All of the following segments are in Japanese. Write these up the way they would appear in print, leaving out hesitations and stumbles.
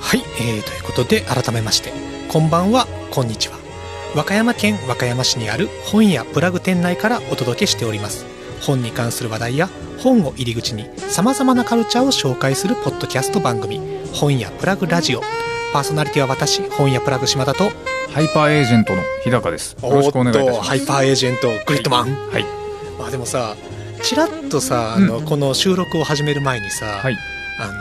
はい、ということで改めましてこんばんは、こんにちは。和歌山県和歌山市にある本屋プラグ店内からお届けしております。本に関する話題や本を入り口にさまざまなカルチャーを紹介するポッドキャスト番組、本屋プラグラジオ。パーソナリティは私、本屋プラグ島田とハイパーエージェントの日高です。よろしくお願いいたします。 ハイパーエージェントグリッドマン。 はい。 まあでもさ、ちらっとさ、この収録を始める前にさ、 はい、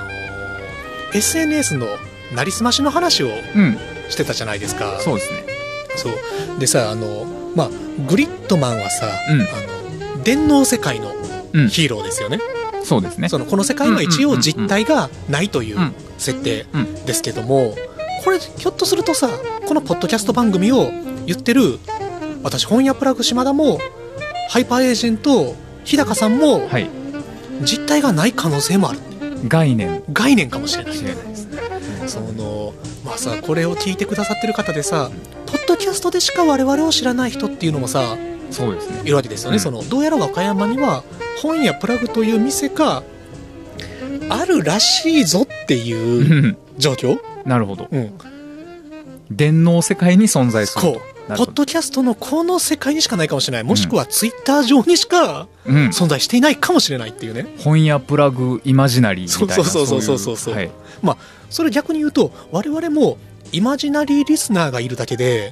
SNS のなりすましの話をしてたじゃないですか。 そうですね。 そうでさ、グリッドマンはさ、電脳世界のヒーローですよね。 そうですね。 この世界は一応実体がないという設定ですけども、これひょっとするとさ、このポッドキャスト番組を言ってる私、本屋プラグ島田もハイパーエージェント日高さんも、はい、実体がない可能性もある。概念かもしれないですね。まあさ、これを聞いてくださってる方でさ、ポッドキャストでしか我々を知らない人っていうのもさ、 そうですね、 いるわけですよね。どうやら和歌山には本屋プラグという店があるらしいぞっていう状況なるほど、電脳世界に存在すると。 ポッドキャストのこの世界にしかないかもしれない。もしくはツイッター上にしか存在していないかもしれないっていうね、 本屋プラグイマジナリーみたいな。 そう、はい、まあそれ逆に言うと我々もイマジナリーリスナーがいるだけで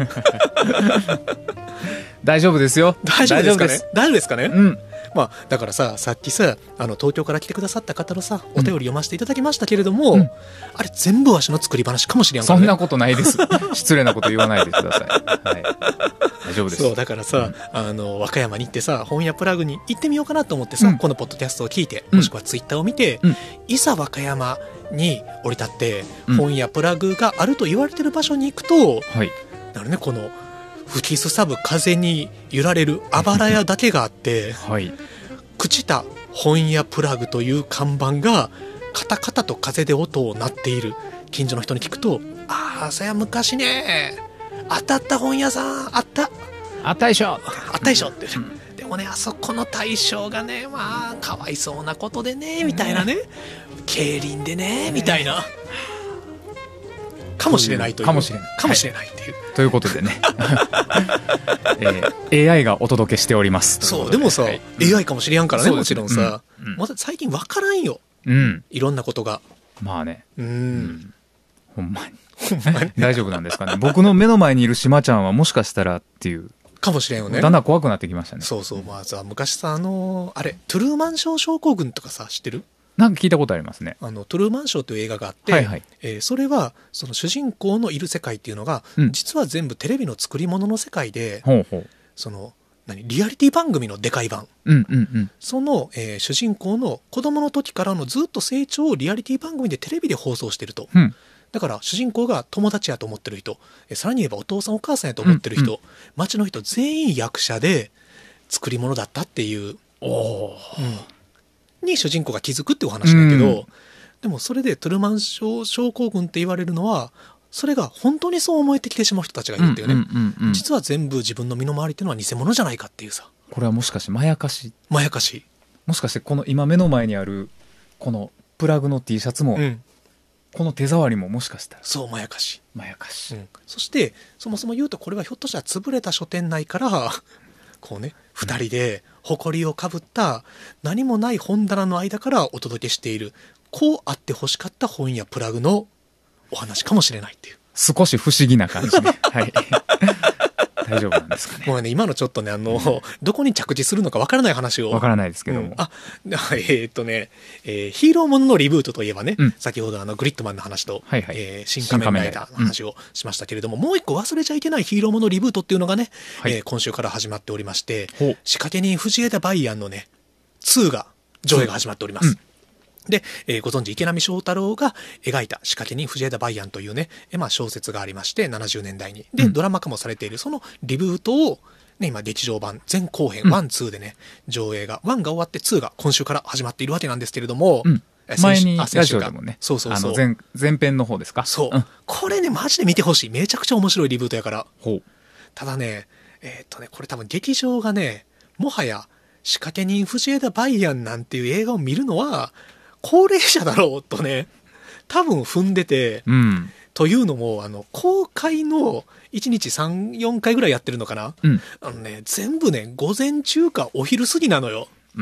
大丈夫ですよ。 大丈夫ですかね。まあ、だからさ、さっきさ、東京から来てくださった方のさ、お便り読ませていただきましたけれども、あれ全部わしの作り話かもしれんからね。 そんなことないです。失礼なこと言わないでください。はい、大丈夫です。 そうだからさ、和歌山に行ってさ、本屋プラグに行ってみようかなと思ってさ、このポッドキャストを聞いて、もしくはツイッターを見て、いざ和歌山に降り立って、本屋プラグがあると言われてる場所に行くと、なるね、この吹きすさぶ風に揺られるあばら屋だけがあって、朽ちた本屋プラグという看板がカタカタと風で音を鳴っている。近所の人に聞くと、ああ、昔ね、当たった本屋さんあったでしょって、でもね、あそこの大将がね、まあかわいそうなことでね、みたいなね、競輪でね、みたいな、かもしれないという、かもしれないっていう、 ということでねAI がお届けしております。 そうでもさ、AI かもしれんからね、もちろんさ、まだ最近分からんよ、いろんなことが。 まあね、ほんまに大丈夫なんですかね。僕の目の前にいる島ちゃんはもしかしたらっていうかもしれんよね。 だんだん怖くなってきましたね。 そう、まあさ、昔さ、あれトゥルーマンショー症候群とかさ、知ってる？ なんか聞いたことありますね。 トゥルーマンショーという映画があって、それはその主人公のいる世界っていうのが、実は全部テレビの作り物の世界で、そのリアリティ番組のでかい版、その、主人公の子供の時からのずっと成長をリアリティ番組でテレビで放送してると、だから主人公が友達やと思ってる人、さらに言えばお父さんお母さんやと思ってる人、町の人全員役者で作り物だったっていう、に主人公が気づくっていうお話だけど、でもそれでトゥルーマン症候群って言われるのは、それが本当にそう思えてきてしまう人たちがいるっていうね。実は全部自分の身の回りっていうのは偽物じゃないかっていうさ。 これはもしかしてまやかしもしかしてこの今目の前にあるこのプラグの T シャツも、この手触りももしかしたらそうまやかし、そしてそもそも言うと、これはひょっとしたら潰れた書店内からこうね、2人で誇りをかぶった何もない本棚の間からお届けしている、こうあってほしかった本屋プラグのお話かもしれないっていう、 少し不思議な感じで大丈夫なんですかね。 もうね、今のちょっとね、どこに着地するのかわからない話を。 わからないですけども。 ヒーローもののリブートといえばね、先ほどグリッドマンの話と、新仮面ライダーの話をしましたけれども、もう一個忘れちゃいけないヒーローものリブートっていうのがね、今週から始まっておりまして、仕掛け人藤枝梅安のね、2が上映が始まっております。で、ご存知池波正太郎が描いた仕掛け人藤枝梅安というね、小説がありまして、70年代にで、ドラマ化もされているそのリブートを、ね、今劇場版前後編、1、2でね上映が、1が終わって2が今週から始まっているわけなんですけれども、 前にラジオでもね、前編の方ですか。 そう、これねマジで見てほしい。めちゃくちゃ面白いリブートやから。ただね、これ多分劇場がね、もはや仕掛け人藤枝梅安なんていう映画を見るのは高齢者だろうとね多分踏んでて、 うん、 というのも、公開の1日3、4回ぐらいやってるのかな、 うん、 全部ね、午前中かお昼過ぎなのよ。 うん、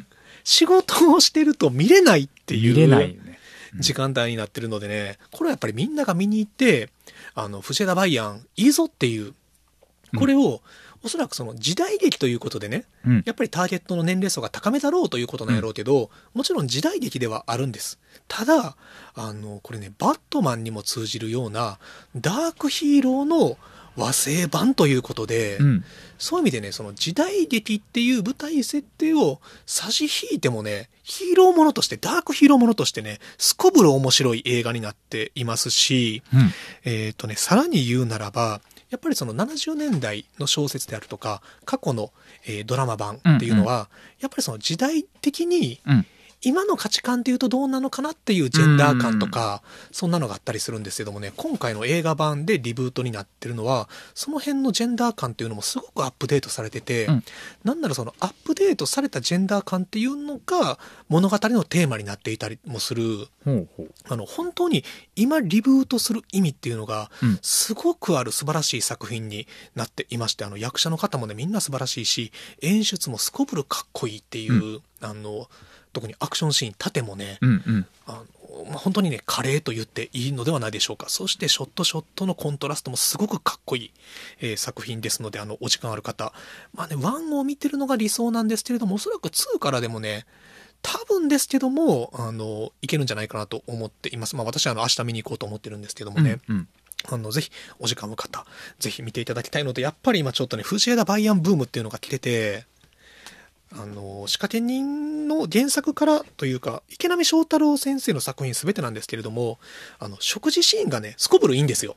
仕事をしてると見れないっていう。 見れないよね。 時間帯になってるのでね、これはやっぱりみんなが見に行って、藤枝梅安いいぞっていう、これを、おそらくその時代劇ということでね、 うん、 やっぱりターゲットの年齢層が高めだろうということなんやろうけど、もちろん時代劇ではあるんです。ただ、これね、バットマンにも通じるような、ダークヒーローの和製版ということで、 うん、 そういう意味でね、その時代劇っていう舞台設定を差し引いてもね、ヒーローものとして、ダークヒーローものとしてね、すこぶる面白い映画になっていますし、 うん、 さらに言うならば、やっぱりその70年代の小説であるとか、過去の、ドラマ版っていうのは、やっぱりその時代的に、今の価値観でいうとどうなのかなっていうジェンダー感とか、そんなのがあったりするんですけどもね、今回の映画版でリブートになってるのは、その辺のジェンダー感っていうのもすごくアップデートされてて、なんならそのアップデートされたジェンダー感っていうのが物語のテーマになっていたりもする、本当に今リブートする意味っていうのがすごくある素晴らしい作品になっていまして、役者の方もねみんな素晴らしいし、演出もすこぶるかっこいいっていう、特にアクションシーン、盾もね、本当にね、華麗と言っていいのではないでしょうか。そしてショットのコントラストもすごくかっこいい、作品ですので、お時間ある方、1を見てるのが理想なんですけれども、おそらく2からでもね、多分ですけども、いけるんじゃないかなと思っています。私は明日見に行こうと思ってるんですけどもね。ぜひ、お時間ある方、ぜひ見ていただきたいので、やっぱり今ちょっとね、藤枝梅安ブームっていうのが来てて、仕掛け人の原作からというか、池波正太郎先生の作品すべてなんですけれども、食事シーンがね、すこぶるいいんですよ。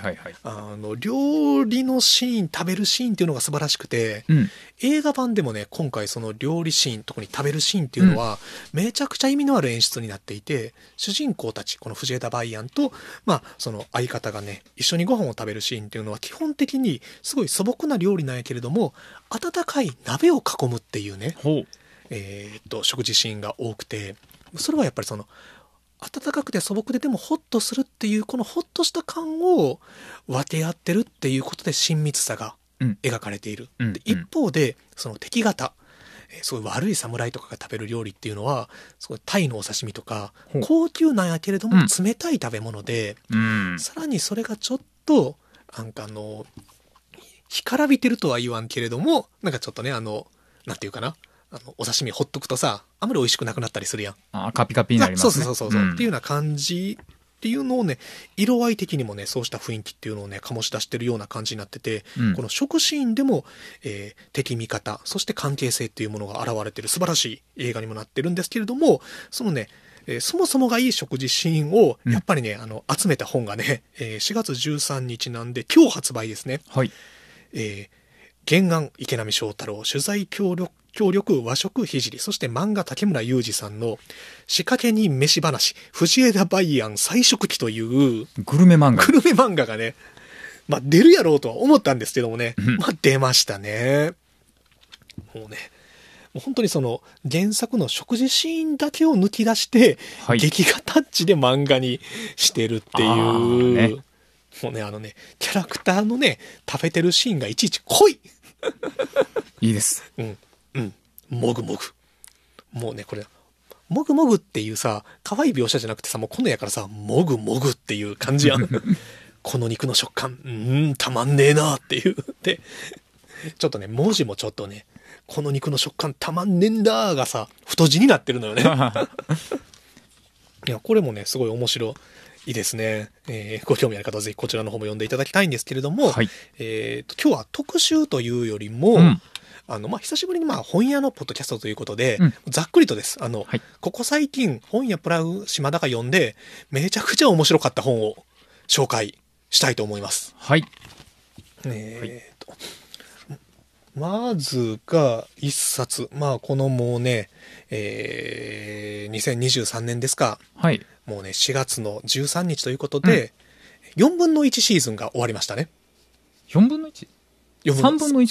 料理のシーン、食べるシーンっていうのが素晴らしくて、映画版でもね、今回その料理シーン、特に食べるシーンっていうのは、めちゃくちゃ意味のある演出になっていて、主人公たち、この藤枝梅安と、その相方がね、一緒にご飯を食べるシーンっていうのは、基本的にすごい素朴な料理なんやけれども、温かい鍋を囲むっていうね、食事シーンが多くて、それはやっぱりその、温かくて素朴ででもホッとするっていう、このホッとした感を分け合ってるっていうことで親密さが描かれている。で一方で、その敵方、すごい悪い侍とかが食べる料理っていうのは、すごいタイのお刺身とか、高級なんやけれども冷たい食べ物で、さらにそれがちょっと、なんか干からびてるとは言わんけれども、なんかちょっとね、なんていうかな、お刺身ほっとくとさ、あんまり美味しくなくなったりするやん。 カピカピになりますね。 そう、っていうような感じっていうのをね、色合い的にもね、そうした雰囲気っていうのをね、醸し出してるような感じになってて、この食シーンでも、敵味方、そして関係性っていうものが現れてる素晴らしい映画にもなってるんですけれども、そのね、そもそもがいい食事シーンを、やっぱりね、集めた本がね、4月13日なんで、今日発売ですね。原案池波正太郎、取材協力和食ひじり、そして漫画竹村雄二さんの仕掛け人飯話、藤枝梅安菜食記というグルメ漫画がね、出るやろうとは思ったんですけどもね、出ましたね。もう本当にその原作の食事シーンだけを抜き出して、劇画タッチで漫画にしてるっていう、もうね、キャラクターのね、食べてるシーンがいちいち濃いいいです。 もぐもぐ。もうね、これ、もぐもぐっていうさ、可愛い描写じゃなくてさ、もうこのやからさ、もぐもぐっていう感じやん。この肉の食感、たまんねえなっていう。で、ちょっとね、文字もちょっとね、この肉の食感たまんねんだーがさ、太字になってるのよね。いや、これもね、すごい面白いですね。ご興味ある方はぜひこちらの方も読んでいただきたいんですけれども、今日は特集というよりも、久しぶりに本屋のポッドキャストということで、ざっくりとです。ここ最近本屋プラグ島田が読んで、めちゃくちゃ面白かった本を紹介したいと思います。まずが一冊。このもうね、2023年ですか。もうね、4月の13日ということで、4分の1シーズンが終わりましたね。 4分の 1?3 分の1では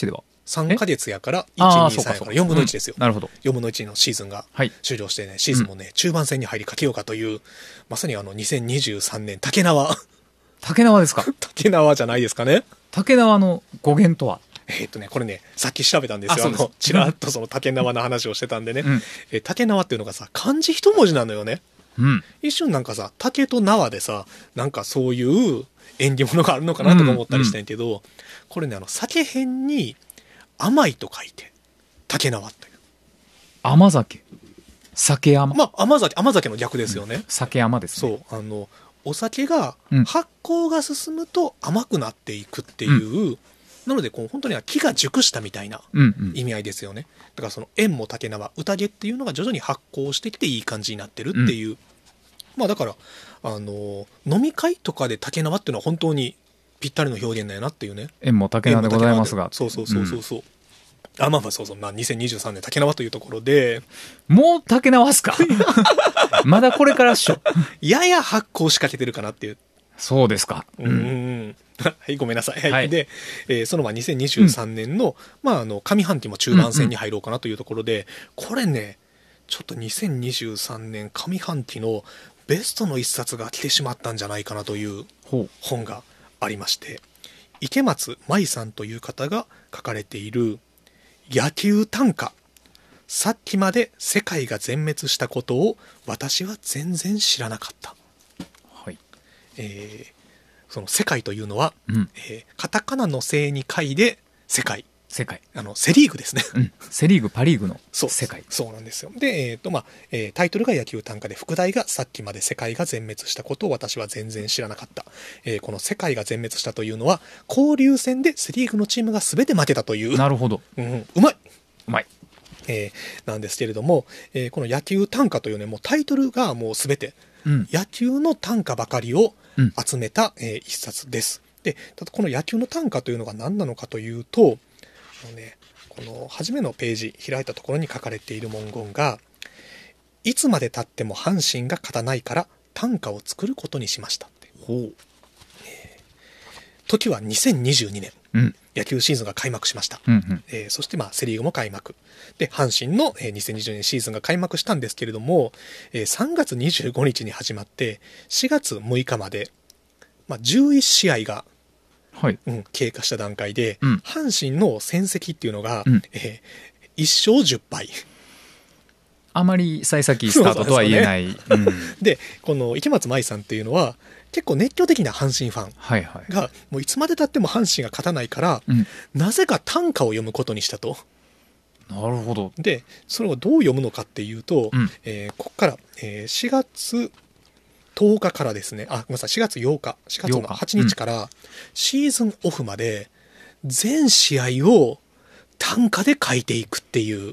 3ヶ月やから、1、2、3やから4分の1ですよ。 なるほど。 4分の1のシーズンが終了してね、シーズンもね、中盤戦に入りかけようかという、まさに2023年、竹縄。 竹縄ですか？ 竹縄じゃないですかね。 竹縄の語源とは？ これね、さっき調べたんですよ。ちらっとその竹縄の話をしてたんでね。竹縄っていうのがさ、漢字一文字なのよね。一瞬なんかさ、竹と縄でさ、なんかそういう縁起物があるのかなとか思ったりしたんやけど、これね、酒辺に甘いと書いて、竹縄という。 甘酒。酒甘。 まあ、甘酒の逆ですよね。 酒甘ですね。 そう。お酒が、発酵が進むと甘くなっていくっていう、なので本当に木が熟したみたいな意味合いですよね。だからその縁も竹縄、宴っていうのが徐々に発酵してきていい感じになってるっていう。まあだから、飲み会とかで竹縄っていうのは本当にぴったりの表現だよなっていうね。 縁も竹縄でございますが。 そう。まあそう。2023年竹縄というところで。 もう竹縄っすか？まだこれからっしょ。 やや発酵しかけてるかなっていう。 そうですか。 はい、ごめんなさい。はい。で、その2023年の、上半期も中盤戦に入ろうかなというところで、これね、ちょっと2023年上半期のベストの一冊が来てしまったんじゃないかなという本がありまして、池松舞さんという方が書かれている野球短歌。さっきまで世界が全滅したことを私は全然知らなかった。 はい。 その世界というのは、カタカナのせいに書いで世界。セリーグですね。 セリーグ、パリーグの世界。 そうなんですよ。で、タイトルが野球短歌で、副題がさっきまで世界が全滅したことを私は全然知らなかった。この世界が全滅したというのは、交流戦でセリーグのチームが全て負けたという。 なるほど。 うまい。なんですけれども、この野球短歌というね、もうタイトルがもう全て、野球の短歌ばかりを集めた、一冊です。で、ただこの野球の短歌というのが何なのかというと、この初めのページ開いたところに書かれている文言が、いつまで経っても阪神が勝たないから短歌を作ることにしましたって。時は2022年、野球シーズンが開幕しました。そしてセリーグも開幕で、阪神の2020年シーズンが開幕したんですけれども、3月25日に始まって4月6日まで、11試合が経過した段階で、阪神の戦績っていうのが、1勝10敗。 あまり幸先スタートとは言えない。 で、この池松舞さんっていうのは、結構熱狂的な阪神ファンが、もういつまでたっても阪神が勝たないから、なぜか短歌を読むことにしたと。 なるほど。 で、それをどう読むのかっていうと、ここから、4月10日からですね、ごめんなさい、4月8日、4月の8日からシーズンオフまで全試合を短歌で書いていくっていう。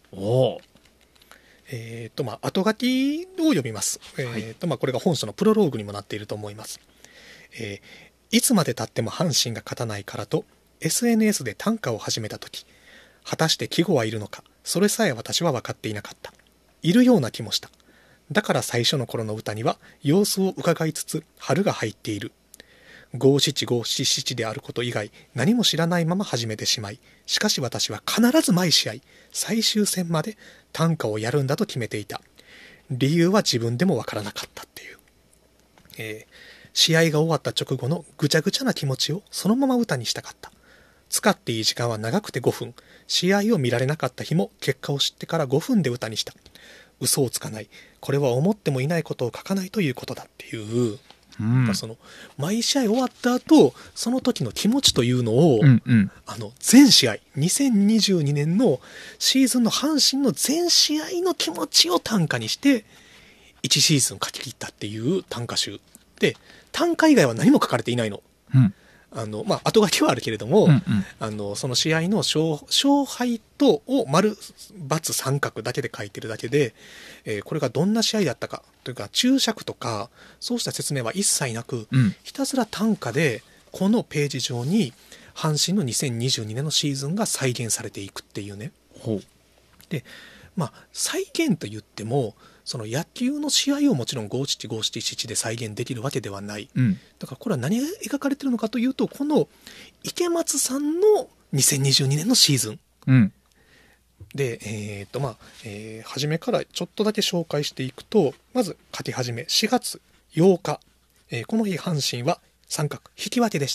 後書きを読みます。これが本書のプロローグにもなっていると思います。いつまで経っても阪神が勝たないからと SNS で短歌を始めたとき、果たして季語はいるのか、それさえ私は分かっていなかった。いるような気もした。だから最初の頃の歌には様子を伺いつつ春が入っている。五七五七七であること以外何も知らないまま始めてしまい、しかし私は必ず毎試合最終戦まで短歌をやるんだと決めていた。理由は自分でもわからなかったっていう、試合が終わった直後のぐちゃぐちゃな気持ちをそのまま歌にしたかった。使っていい時間は長くて5分。試合を見られなかった日も結果を知ってから5分で歌にした。嘘をつかない。これは思ってもいないことを書かないということだっていう、その毎試合終わった後、その時の気持ちというのを、全試合2022年のシーズンの阪神の全試合の気持ちを短歌にして1シーズン書き切ったっていう短歌集で、短歌以外は何も書かれていないの。後書きはあるけれども、その試合の勝敗とを丸×三角だけで書いてるだけで、これがどんな試合だったかというか注釈とかそうした説明は一切なく、ひたすら短歌でこのページ上に阪神の2022年のシーズンが再現されていくっていうね。で、再現と言ってもその野球の試合をもちろん五七五七七で再現できるわけではない、だからこれは何が描かれてるのかというと、この池松さんの2022年のシーズン、で、初めからちょっとだけ紹介していくと、まず書き始め4月8日、この日阪神は三角引き分けでした。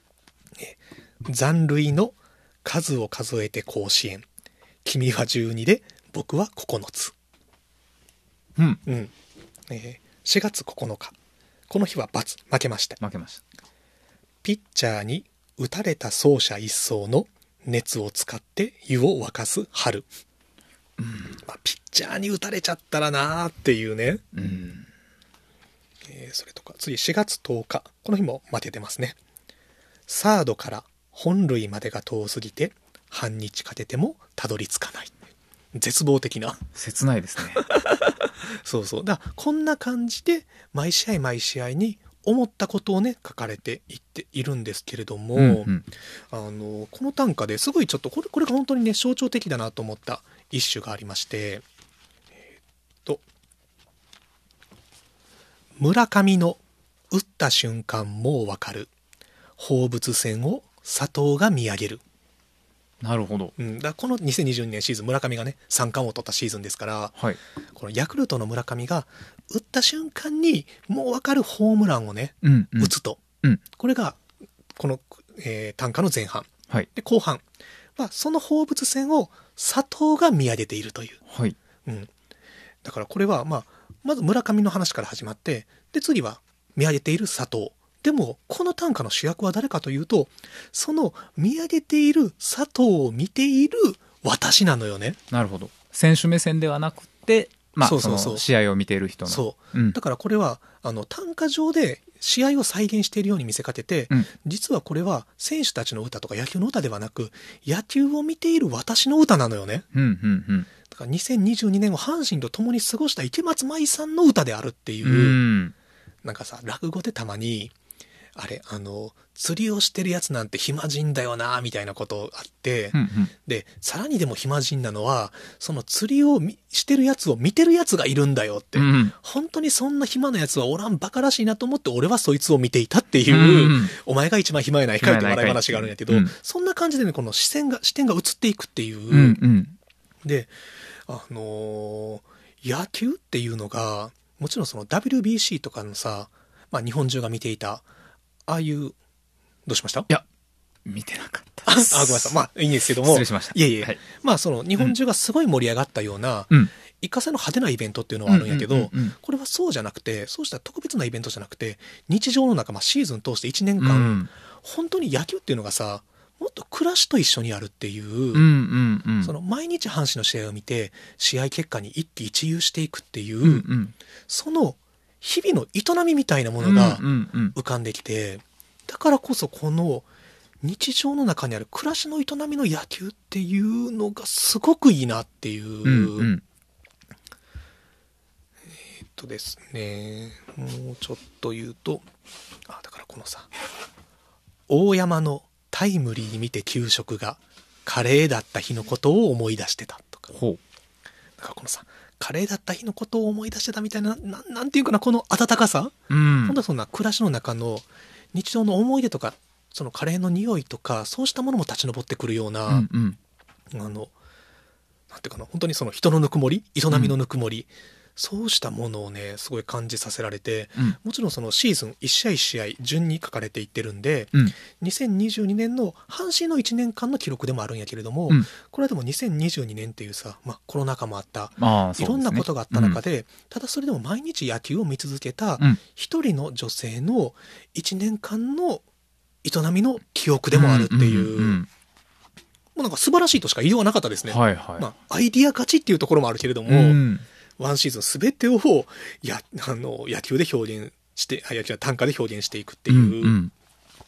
残塁の数を数えて甲子園、君は12で僕は9つ。4月9日、この日は×、負けました。ピッチャーに打たれた走者一掃の熱を使って湯を沸かす春。ピッチャーに打たれちゃったらなーっていうね。それとか次4月10日、この日も負けてますね。サードから本塁までが遠すぎて半日かけてもたどり着かない。絶望的な、 切ないですね。 そうだからこんな感じで毎試合毎試合に思ったことをね書かれていっているんですけれども、この短歌ですごいちょっとこれが本当にね象徴的だなと思った一首がありまして、村上の打った瞬間もうわかる、放物線を佐藤が見上げる。 なるほど。 だからこの2022年シーズン、村上がね三冠王を取ったシーズンですから、このヤクルトの村上が打った瞬間にもう分かるホームランをね、打つと、これがこの、短歌の前半、で後半はその放物線を佐藤が見上げているという、だからこれは、まず村上の話から始まって、で次は見上げている佐藤。でもこの短歌の主役は誰かというと、その見上げている佐藤を見ている私なのよね。 なるほど。選手目線ではなくて、その試合を見ている人の。 だからこれは短歌上で試合を再現しているように見せかけて、実はこれは選手たちの歌とか野球の歌ではなく、野球を見ている私の歌なのよね。だから2022年を阪神と共に過ごした池松舞さんの歌であるっていう、なんかさ落語でたまにあれ釣りをしてるやつなんて暇人だよなみたいなことあって、でさらにでも暇人なのはその釣りをしてるやつを見てるやつがいるんだよって、本当にそんな暇なやつはおらんバカらしいなと思って俺はそいつを見ていたっていう、お前が一番暇やないかいって笑い話があるんやけど、そんな感じでねこの視点が移っていくっていう、で野球っていうのがもちろんその WBC とかのさ、日本中が見ていたああいう、どうしました？いや、見てなかったです。 ごめんなさい。いいんですけども。 失礼しました。 いえ。その日本中がすごい盛り上がったような、一過性の派手なイベントっていうのはあるんやけど、これはそうじゃなくて、そうした特別なイベントじゃなくて、日常の中、シーズン通して1年間、本当に野球っていうのがさ、もっと暮らしと一緒にあるっていう、その毎日阪神の試合を見て、試合結果に一喜一憂していくっていう、その、日々の営みみたいなものが浮かんできて、だからこそこの日常の中にある暮らしの営みの野球っていうのがすごくいいなっていう、ですね、もうちょっと言うと、だからこのさ、大山のタイムリー見て給食がカレーだった日のことを思い出してたとか、だからこのさ、カレーだった日のことを思い出してたみたいな、なんていうかな、この温かさ、本当はそんな暮らしの中の日常の思い出とか、そのカレーの匂いとか、そうしたものも立ち上ってくるような、なんていうかな、本当にその人のぬくもり、営みのぬくもり、そうしたものをねすごい感じさせられて、もちろんそのシーズン1試合1試合順に書かれていってるんで、2022年の阪神の1年間の記録でもあるんやけれども、これはでも2022年っていうさ、コロナ禍もあった、いろんなことがあった中で、ただそれでも毎日野球を見続けた一人の女性の1年間の営みの記憶でもあるっていう、もうなんか素晴らしいとしか言いようがなかったですね。アイディア勝ちっていうところもあるけれども、ワンシーズンすべてを野球で表現して、野球は短歌で表現していくっていう。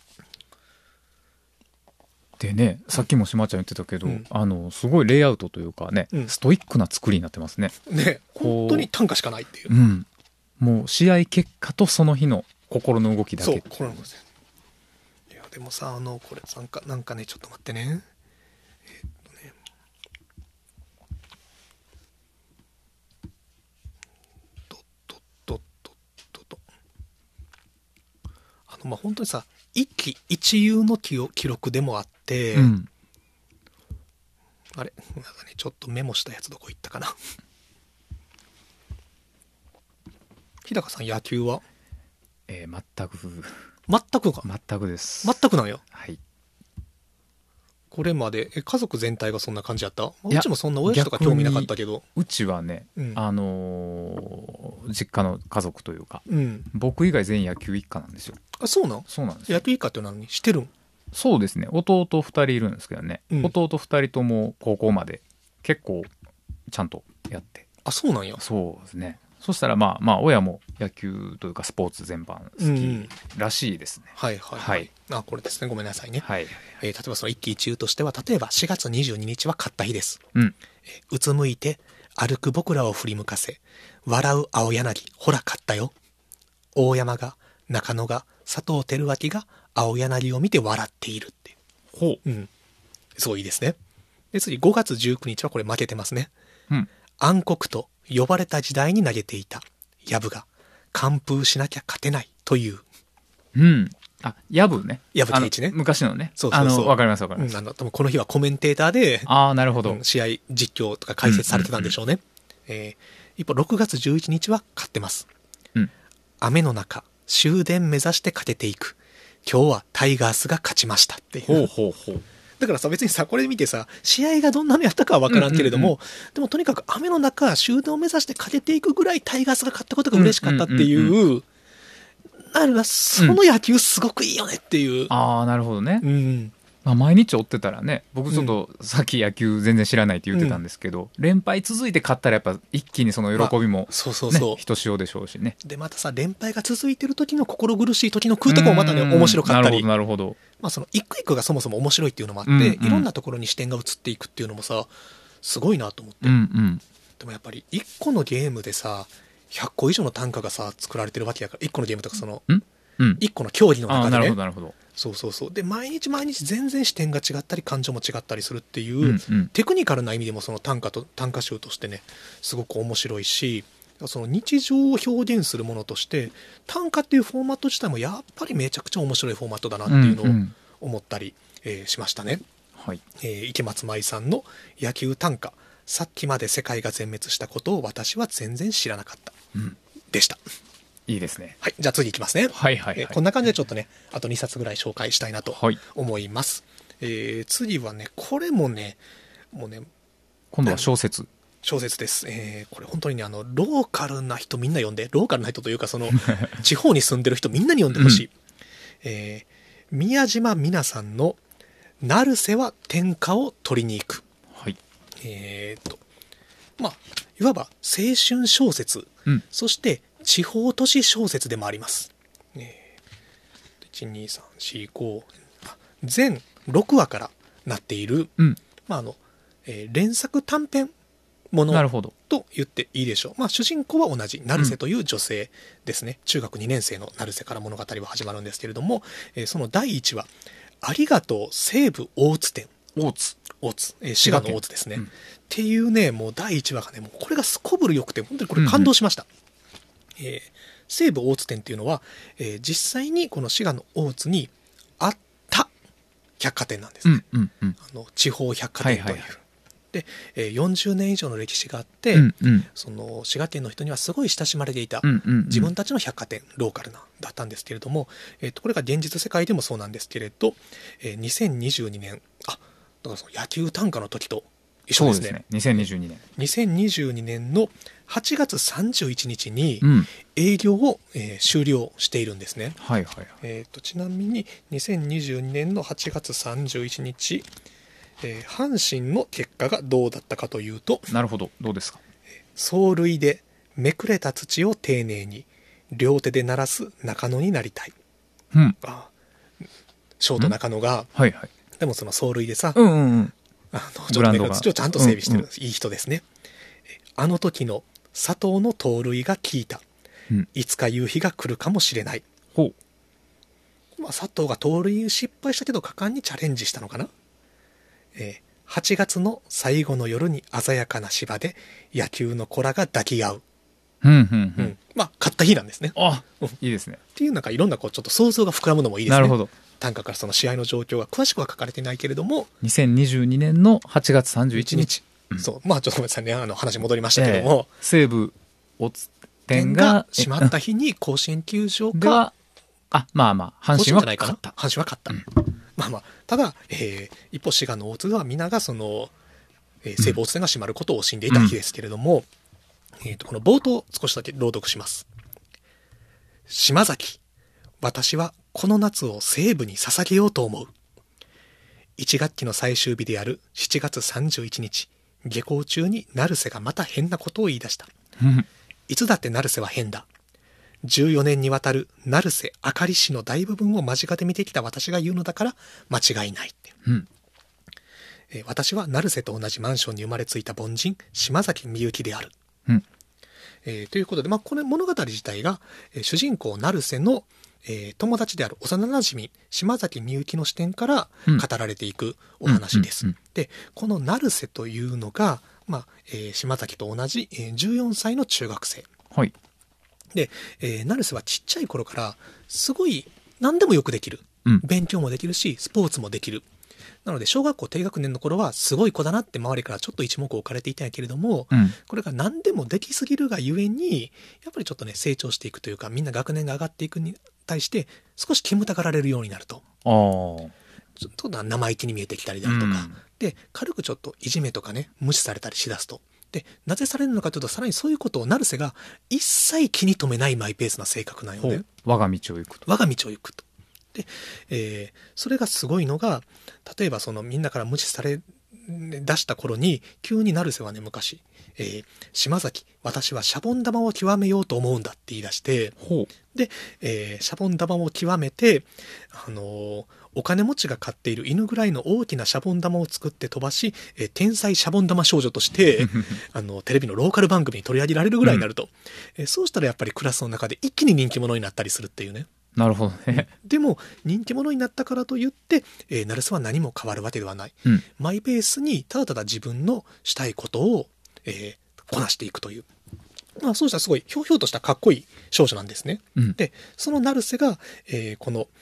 でね、さっきも島ちゃん言ってたけど、すごいレイアウトというかね、ストイックな作りになってますね。 本当に短歌しかないっていう。 もう試合結果とその日の心の動きだけ。 そう、心の動き。いやでもさ、これなんかね、ちょっと待ってね。 まあ、本当にさ、一喜一憂の記録でもあって、あれなんかね、ちょっとメモしたやつどこ行ったかな。日高さん、野球は全く。 全くか。 全くです。 全くなんよ。 はい。 これまで家族全体がそんな感じやった？うちもそんな親父とか興味なかったけど。 うちはね、実家の家族というか、僕以外全員野球一家なんですよ。 あ、そうなん？ そうなんです。 野球一家って何してるん？ そうですね。弟2人いるんですけどね、弟2人とも高校まで結構ちゃんとやって。 あ、そうなんや。 そうですね。そしたらまあ親も野球というかスポーツ全般好きらしいですね。 はいはいはい。あ、これですね。ごめんなさいね。 はい。 例えばその一喜一憂としては、例えば4月22日は勝った日です。うつむいて歩く僕らを振り向かせ、笑う青柳、ほら勝ったよ。大山が、中野が、佐藤輝明が青柳を見て笑っているって。 ほう。 すごいいいですね。で、次5月19日はこれ負けてますね。暗黒と呼ばれた時代に投げていた藪が完封しなきゃ勝てないという。 あ、藪ね。 藪太一ね。 昔のね。 そうそうそう。 わかりますわかります。 この日はコメンテーターで、 なるほど。 試合実況とか解説されてたんでしょうね。一方6月11日は勝ってます。雨の中、終電目指してかけていく。今日はタイガースが勝ちましたっていう。 ほうほうほう。 だからさ、別にさ、これ見てさ、試合がどんなのやったかは分からんけれども、でもとにかく雨の中、終電を目指して勝てていくぐらいタイガースが勝ったことが嬉しかったっていう、その野球すごくいいよねっていう。 ああ、なるほどね。まあ、毎日追ってたらね、僕ちょっとさっき野球全然知らないって言ってたんですけど、連敗続いて勝ったらやっぱ一気にその喜びも、ひとしおでしょうしね。 で、またさ、連敗が続いてる時の心苦しい時の空とかもまたね、面白かったり。 なるほど。 まあその一個一個がそもそも面白いっていうのもあって、いろんなところに視点が移っていくっていうのもさ、すごいなと思って。でもやっぱり一個のゲームでさ、100個以上の単価がさ、作られてるわけやから、一個のゲームとかその、一個の競技の中でね。 なるほど。 そうそうそう。で、毎日全然視点が違ったり、感情も違ったりするっていう、テクニカルな意味でもその短歌集としてね、すごく面白いし、その日常を表現するものとして、短歌っていうフォーマット自体もやっぱりめちゃくちゃ面白いフォーマットだなっていうのを思ったり、しましたね。 はい。 池松舞さんの野球短歌、さっきまで世界が全滅したことを私は全然知らなかった。でした。 いいですね。 はい。じゃあ次いきますね。 はい。 こんな感じでちょっとね、あと2冊ぐらい紹介したいなと思います。次はね、これもね、もうね、 今度は小説。 小説です。これ本当にね、ローカルな人みんな読んで、ローカルな人というか、その、地方に住んでる人みんなに読んでほしい。宮島みなさんの、成瀬は天下を取りに行く。 はい。 まあ、いわば青春小説、そして地方都市小説でもあります。1、2、3、4、5、全6話からなっている、連作短編ものと言っていいでしょう。まあ、主人公は同じ成瀬という女性ですね。中学2年生の成瀬から物語は始まるんですけれども、その第1話、ありがとう西武大津店。 大津、 滋賀の大津ですね。っていうね、もう第1話がね、もうこれがすこぶる良くて、本当にこれ感動しました。西武大津店っていうのは、実際にこの滋賀の大津にあった百貨店なんですね。地方百貨店という。で、40年以上の歴史があって、その滋賀県の人にはすごい親しまれていた、自分たちの百貨店、ローカルな、だったんですけれども、これが現実世界でもそうなんですけれど、2022年、だからその野球短歌の時と一緒ですね。 そうですね。2022年。 2022年の8月31日に営業を、終了しているんですね。ちなみに2022年の8月31日、阪神の結果がどうだったかというと、 なるほど、どうですか。 走塁でめくれた土を丁寧に両手で鳴らす中野になりたい。ショート中野が、でもその走塁でさ、ちょっとね、土をちゃんと整備してる、いい人ですね。あの時の佐藤の盗塁が効いた。いつか夕日が来るかもしれない。佐藤が盗塁失敗したけど果敢にチャレンジしたのかな。8月の最後の夜に鮮やかな芝で野球の子らが抱き合う。 まあ、勝った日なんですね。 いいですね。 っていうなんかいろんなこうちょっと想像が膨らむのもいいですね。 なるほど。 短歌からその試合の状況が詳しくは書かれてないけれども、 2022年の8月31日。 そう、まあちょっとごめんなさいね、話戻りましたけども、 西武大津店が閉まった日に甲子園球場か、 まあまあ、阪神は勝った。 阪神は勝った。まあまあ、ただ、一方、滋賀の大津は皆がその、西武大津店が閉まることを惜しんでいた日ですけれども、この冒頭少しだけ朗読します。島崎、私はこの夏を西武に捧げようと思う。1学期の最終日である7月31日、下校中に成瀬がまた変なことを言い出した。いつだって成瀬は変だ。14年にわたる成瀬あかり氏の大部分を間近で見てきた私が言うのだから間違いないって。私は成瀬と同じマンションに生まれついた凡人、島崎みゆきである。ということで、まあ、この物語自体が、主人公成瀬の、友達である幼なじみ島崎みゆきの視点から語られていくお話です。で、この成瀬というのが、まあ島崎と同じ、14歳の中学生。 はい。 で、成瀬はちっちゃい頃からすごい何でもよくできる。勉強もできるし、スポーツもできる。なので小学校低学年の頃はすごい子だなって周りからちょっと一目置かれていたんやけれども、これが何でもできすぎるがゆえにやっぱりちょっとね成長していくというか、みんな学年が上がっていくに対して少し煙たがられるようになると、ちょっと生意気に見えてきたりだとか、で軽くちょっといじめとかね無視されたりしだすと。でなぜされるのかというと、さらにそういうことを成瀬が一切気に留めないマイペースな性格なので、 我が道を行くと。 我が道を行くと。で、それがすごいのが、例えばそのみんなから無視され出した頃に急に成瀬はね昔、島崎、私はシャボン玉を極めようと思うんだって言い出して、で、シャボン玉を極めて、お金持ちが飼っている犬ぐらいの大きなシャボン玉を作って飛ばし、天才シャボン玉少女としてテレビのローカル番組に取り上げられるぐらいになると、そうしたらやっぱりクラスの中で一気に人気者になったりするっていうね。 なるほどね。 でも人気者になったからといって、成瀬は何も変わるわけではない、マイペースにただただ自分のしたいことを、こなしていくという、まあ、そうしたすごいひょうひょうとしたかっこいい少女なんですね。でその成瀬が、この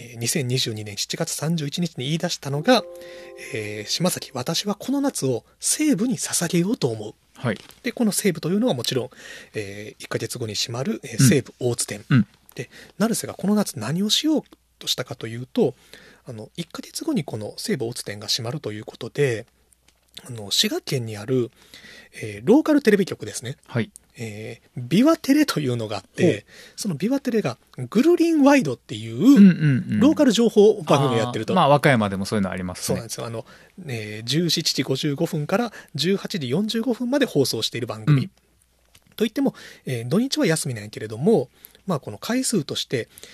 2022年7月31日に言い出したのが、島崎、私はこの夏を西武に捧げようと思う。でこの西武というのはもちろん、1ヶ月後に閉まる、西武大津店。で成瀬がこの夏何をしようとしたかというと、1ヶ月後にこの西武大津店が閉まるということで、滋賀県にある、ローカルテレビ局ですね、ビワテレというのがあって、そのビワテレがグルリンワイドっていうローカル情報番組をやってると。 まあ和歌山でもそういうのありますね。 そうなんですよ。17時55分から18時45分まで放送している番組、といっても、土日は休みなんやけれども、まあ、この回数として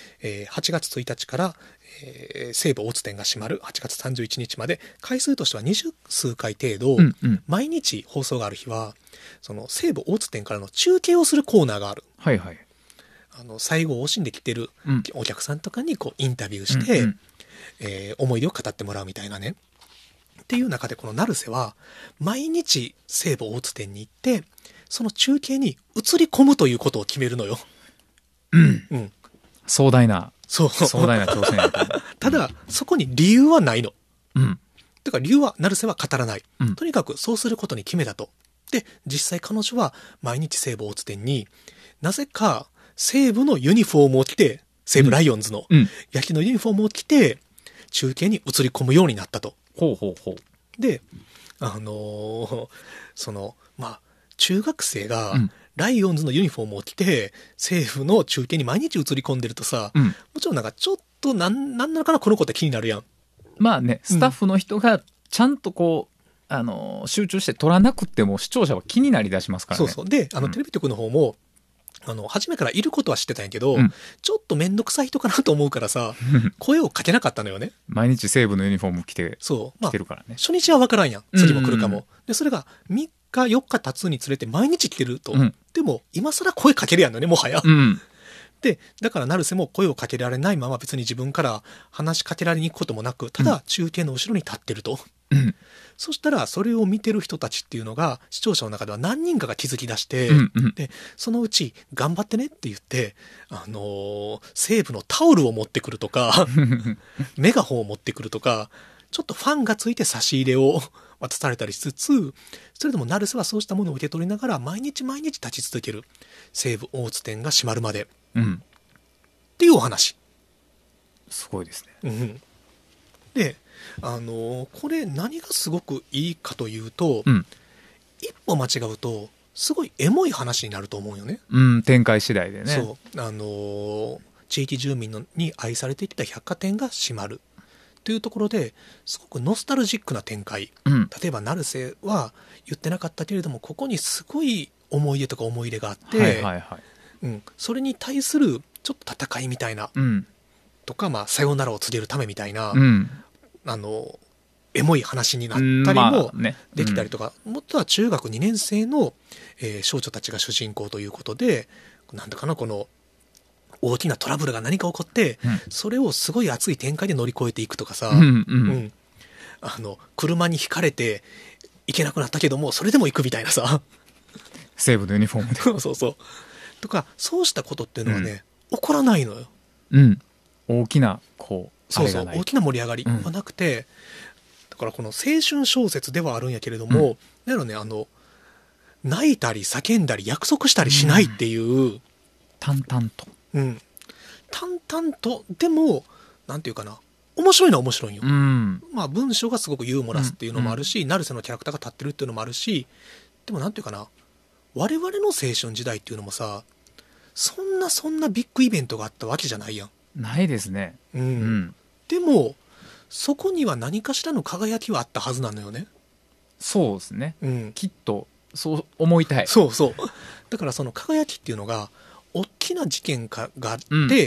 、8月1日から、西武大津店が閉まる8月31日まで回数としては20数回程度、毎日放送がある日はその西武大津店からの中継をするコーナーがある。最後を惜しんできてるお客さんとかにこうインタビューして、思い出を語ってもらうみたいなね。っていう中でこの成瀬は毎日西武大津店に行ってその中継に映り込むということを決めるのよ。 壮大な挑戦やただそこに理由はないの。だから理由は成瀬は語らない、とにかくそうすることに決めたと。で実際彼女は毎日西武大津店になぜか西武のユニフォームを着て、西武ライオンズの野球のユニフォームを着て中継に映り込むようになったと。でそのまあ中学生が、ライオンズのユニフォームを着て西武の中継に毎日映り込んでるとさ、もちろんなんかちょっとなんなのかなこの子って気になるやん。 まあね、スタッフの人がちゃんとこう、集中して撮らなくても視聴者は気になりだしますからね。 でテレビ局の方も初めからいることは知ってたんやけど、ちょっと面倒くさい人かなと思うからさ声をかけなかったのよね。 毎日西武のユニフォーム着てるからね。 初日は分からんやん、次も来るかも。でそれが3日4日経つにつれて毎日来てると、でも今更声かけるやんのねもはや。でだから成瀬も声をかけられないまま別に自分から話しかけられに行くこともなく、ただ中継の後ろに立ってると。 そしたらそれを見てる人たちっていうのが視聴者の中では何人かが気づき出して、でそのうち頑張ってねって言って西武のタオルを持ってくるとかメガホンを持ってくるとか、ちょっとファンがついて差し入れを渡されたりしつつ、それでも成瀬はそうしたものを受け取りながら毎日毎日立ち続ける、西武大津店が閉まるまで、っていうお話。 すごいですね。 でこれ何がすごくいいかというと、一歩間違うとすごいエモい話になると思うよね。 展開次第でね。 そう地域住民に愛されてきた百貨店が閉まるというところですごくノスタルジックな展開、例えば成瀬は言ってなかったけれどもここにすごい思い出とか思い入れがあって、それに対するちょっと戦いみたいな、とか、さよならを告げるためみたいな、エモい話になったりもできたりとか、もっとは中学2年生の、少女たちが主人公ということで、なんだかな、この大きなトラブルが何か起こって、それをすごい熱い展開で乗り越えていくとかさ、車にひかれて行けなくなったけどもそれでも行くみたいなさ、 西武のユニフォームでそうとか、そうしたことっていうのはね、起こらないのよ。 大きなこう大きな盛り上がりはなくて、だからこの青春小説ではあるんやけれども、だからね、泣いたり叫んだり約束したりしないっていう、 淡々と、 淡々と、でもなんていうかな、面白いのは面白いよ。文章がすごくユーモラスっていうのもあるし、成瀬のキャラクターが立ってるっていうのもあるし、でもなんていうかな、我々の青春時代っていうのもさ、そんなビッグイベントがあったわけじゃないやん。 ないですね。 でもそこには何かしらの輝きはあったはずなのよね。 そうですね、きっとそう思いたい。 だからその輝きっていうのが大きな事件があって、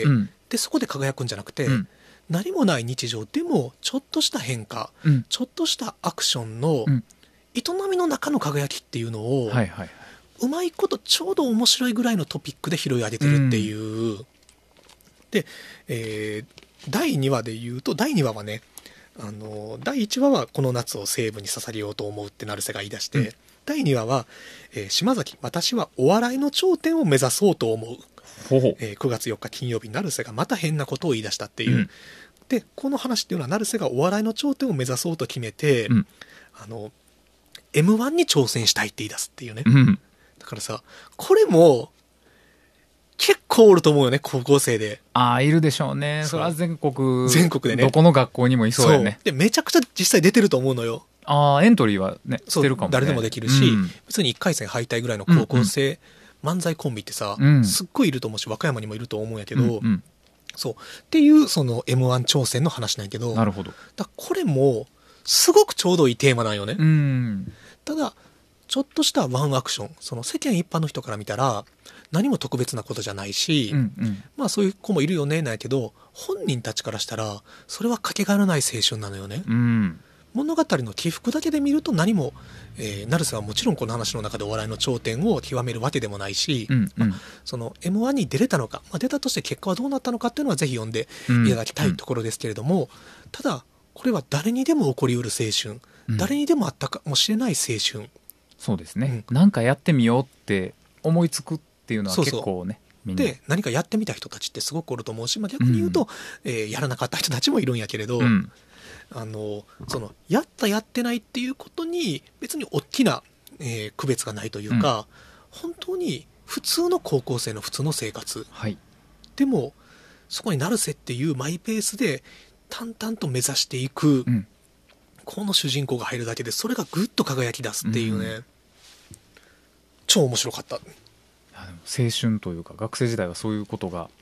でそこで輝くんじゃなくて、何もない日常でもちょっとした変化、ちょっとしたアクションの営みの中の輝きっていうのを、うまいことちょうど面白いぐらいのトピックで拾い上げてるっていう、で、第2話で言うと、第2話はね、第1話はこの夏を西武に捧げようと思うって成瀬が言い出して、第2話は、島崎、私はお笑いの頂点を目指そうと思う。9月4日金曜日、成瀬がまた変なことを言い出したっていう。で、この話っていうのは成瀬がお笑いの頂点を目指そうと決めて、M1 に挑戦したいって言い出すっていうね。だからさ、これも、結構おると思うよね、高校生で。 いるでしょうね。それは全国でね、 どこの学校にもいそうやね。 でめちゃくちゃ実際出てると思うのよ。 エントリーはねしてるかもね。 誰でもできるし、別に1回戦敗退ぐらいの高校生漫才コンビってさ、すっごいいると思うし、和歌山にもいると思うんやけど、そうっていうその M1 挑戦の話なんやけど、 なるほど。 だこれもすごくちょうどいいテーマなんよね。ただちょっとしたワンアクション、その世間一般の人から見たら何も特別なことじゃないし、そういう子もいるよねなんやけど、本人たちからしたらそれはかけがえのない青春なのよね。物語の起伏だけで見ると何も、成瀬はもちろんこの話の中でお笑いの頂点を極めるわけでもないし、その M1 に出れたのか、出たとして結果はどうなったのかっていうのはぜひ読んでいただきたいところですけれども、ただこれは誰にでも起こりうる青春、誰にでもあったかもしれない青春。 そうですね、なんかやってみようって思いつくっていうのは結構ね、 で何かやってみた人たちってすごくおると思うし、逆に言うと、やらなかった人たちもいるんやけれど、そのやったやってないっていうことに別に大きな、区別がないというか、本当に普通の高校生の普通の生活、でもそこに成瀬っていうマイペースで淡々と目指していく、この主人公が入るだけでそれがぐっと輝き出すっていうね、超面白かった。 青春というか学生時代はそういうことが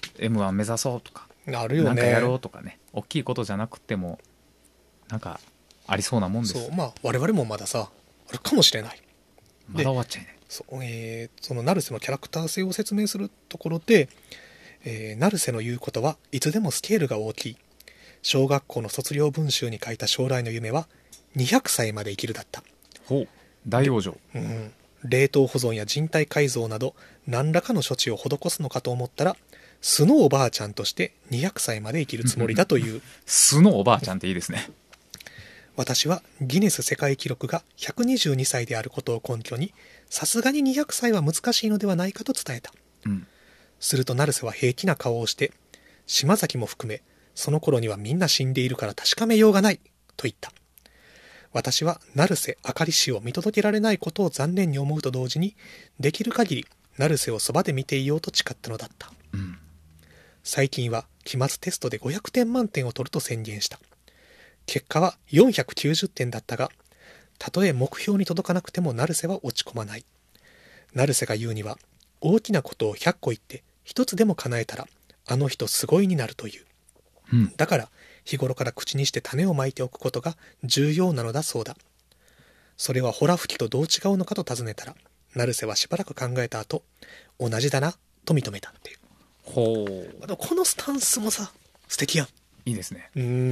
M1 目指そうとかあるよね、 なんかやろうとかね、大きいことじゃなくてもなんかありそうなもんです。 そう、我々もまださあるかもしれない。 まだ終わっちゃいない。 その成瀬のキャラクター性を説明するところで、成瀬の言うことはいつでもスケールが大きい。小学校の卒業文集に書いた将来の夢は200歳まで生きるだった。 大往生。 冷凍保存や人体改造など何らかの処置を施すのかと思ったら、素のおばあちゃんとして200歳まで生きるつもりだという。 素のおばあちゃんっていいですね。 私はギネス世界記録が122歳であることを根拠に、さすがに200歳は難しいのではないかと伝えた。すると成瀬は平気な顔をして、島崎も含め、その頃にはみんな死んでいるから確かめようがない、と言った。私は成瀬あかり氏を見届けられないことを残念に思うと同時に、できる限り成瀬をそばで見ていようと誓ったのだった。最近は期末テストで500点満点を取ると宣言した。結果は490点だったが、たとえ目標に届かなくても成瀬は落ち込まない。成瀬が言うには、大きなことを100個言って一つでも叶えたらあの人すごいになるという。だから日頃から口にして種をまいておくことが重要なのだそうだ。それはホラ吹きとどう違うのかと尋ねたら、成瀬はしばらく考えた後、同じだなと認めたっていう。 ほう。このスタンスもさ、素敵やん。 いいですね。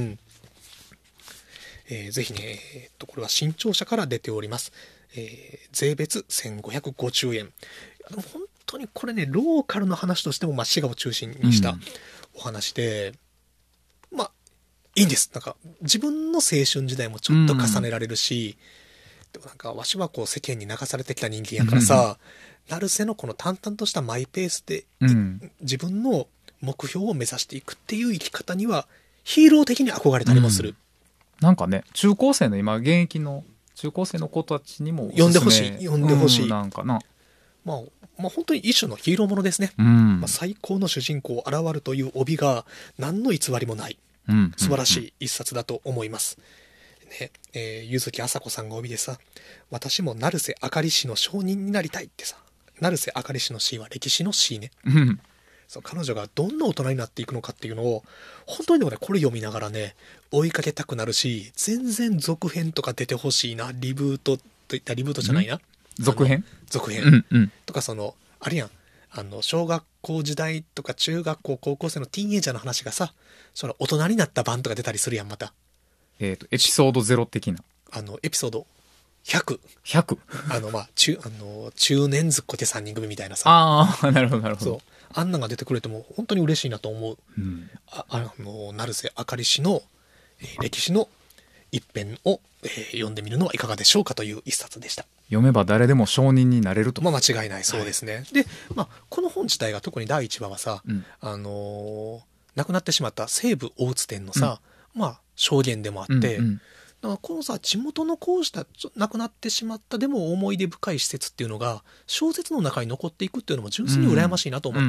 ぜひね、これは新潮社から出ております。税別1550円。本当にこれね、ローカルの話としても、滋賀を中心にしたお話で、いいんです。なんか、自分の青春時代もちょっと重ねられるし、でもなんか、わしはこう世間に流されてきた人間やからさ、成瀬のこの淡々としたマイペースで、自分の目標を目指していくっていう生き方には、ヒーロー的に憧れたりもする。 なんかね、中高生の今現役の中高生の子たちにも読んでほしい、読んでほしい。 なんかな、 本当に一種のヒーローものですね。最高の主人公現るという帯が何の偽りもない、素晴らしい一冊だと思います。ね、柚木麻子さんが帯でさ、私も成瀬あかり氏の証人になりたいってさ、成瀬あかり氏の C は歴史の C ね。そう、彼女がどんな大人になっていくのかっていうのを本当にでもね、これ読みながらね、追いかけたくなるし、全然続編とか出てほしいな、リブートといったリブートじゃないな、 続編とか、あれやん、小学校時代とか中学校高校生のティーンエイジャーの話がさ、その大人になった版とか出たりするやん。またエピソード0的なエピソード100中年ずっこけ3人組みたいなさ、 なるほどなるほど。 そう、あんなんが出てくれても本当に嬉しいなと思う。成瀬あかり氏の、歴史の一編を、読んでみるのはいかがでしょうかという一冊でした。 読めば誰でも証人になれると。 間違いない、そうですね。で、この本自体が特に第1話はさ、亡くなってしまった西武大津店のさ、証言でもあって、だからこのさ、地元のこうした亡くなってしまったでも思い出深い施設っていうのが小説の中に残っていくっていうのも純粋に羨ましいなと思った。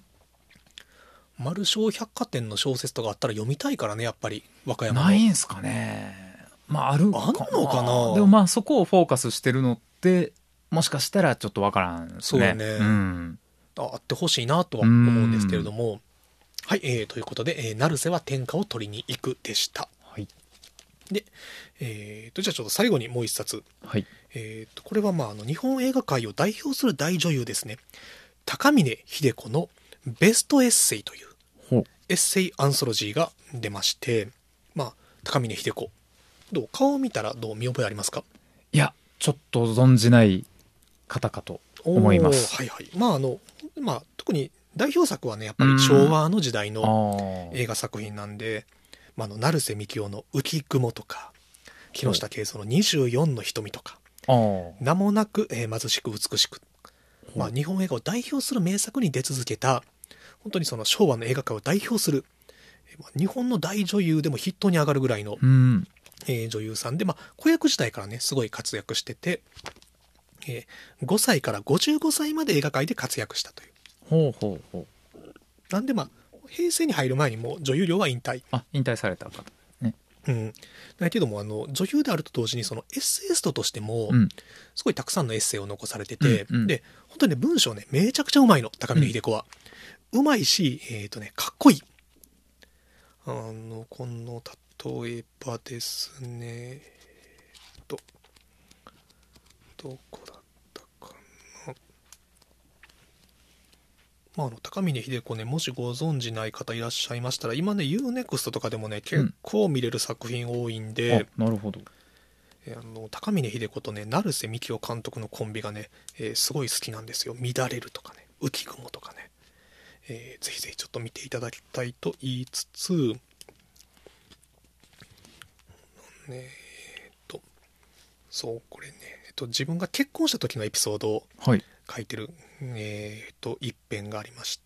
丸正百貨店の小説とかあったら読みたいからね、やっぱり和歌山の。 ないんすかね。あるのかな。 でもそこをフォーカスしてるのってもしかしたらちょっとわからんですね。 そうよね、あってほしいなとは思うんですけれども、はい、ということで、成瀬は天下を取りに行くでした。 はい。 で、じゃあちょっと最後にもう一冊、これは日本映画界を代表する大女優ですね、高峰秀子のベストエッセイというエッセイアンソロジーが出まして、高峰秀子、どう、顔を見たらどう見覚えありますか？ いや、ちょっと存じない方かと思います。 はいはい。特に代表作はね、やっぱり昭和の時代の映画作品なんで、成瀬みきおの浮雲とか、木下圭三の24の瞳とか、名もなく、貧しく美しく、日本映画を代表する名作に出続けた、本当にその昭和の映画界を代表する、日本の大女優でも筆頭に上がるぐらいの、女優さんで、子役時代からねすごい活躍してて、5歳から55歳まで映画界で活躍したという。なんで平成に入る前にもう女優業は引退。 引退された方ね。 だけども女優であると同時にそのエッセイストとしてもすごいたくさんのエッセイを残されてて、で本当にね、文章ねめちゃくちゃうまいの、高峰秀子は。うまいし、かっこいい。この例えばですね、どこだったかな。高峰秀子ね、もしご存じない方いらっしゃいましたら、今ね UNEXT とかでもね結構見れる作品多いんで、 なるほど。 高峰秀子とね成瀬みきお監督のコンビがね、すごい好きなんですよ。乱れるとかね、浮雲とかね、ぜひぜひちょっと見ていただきたいと言いつつ、 そうこれね、自分が結婚した時のエピソードを書いてる、一編がありまして、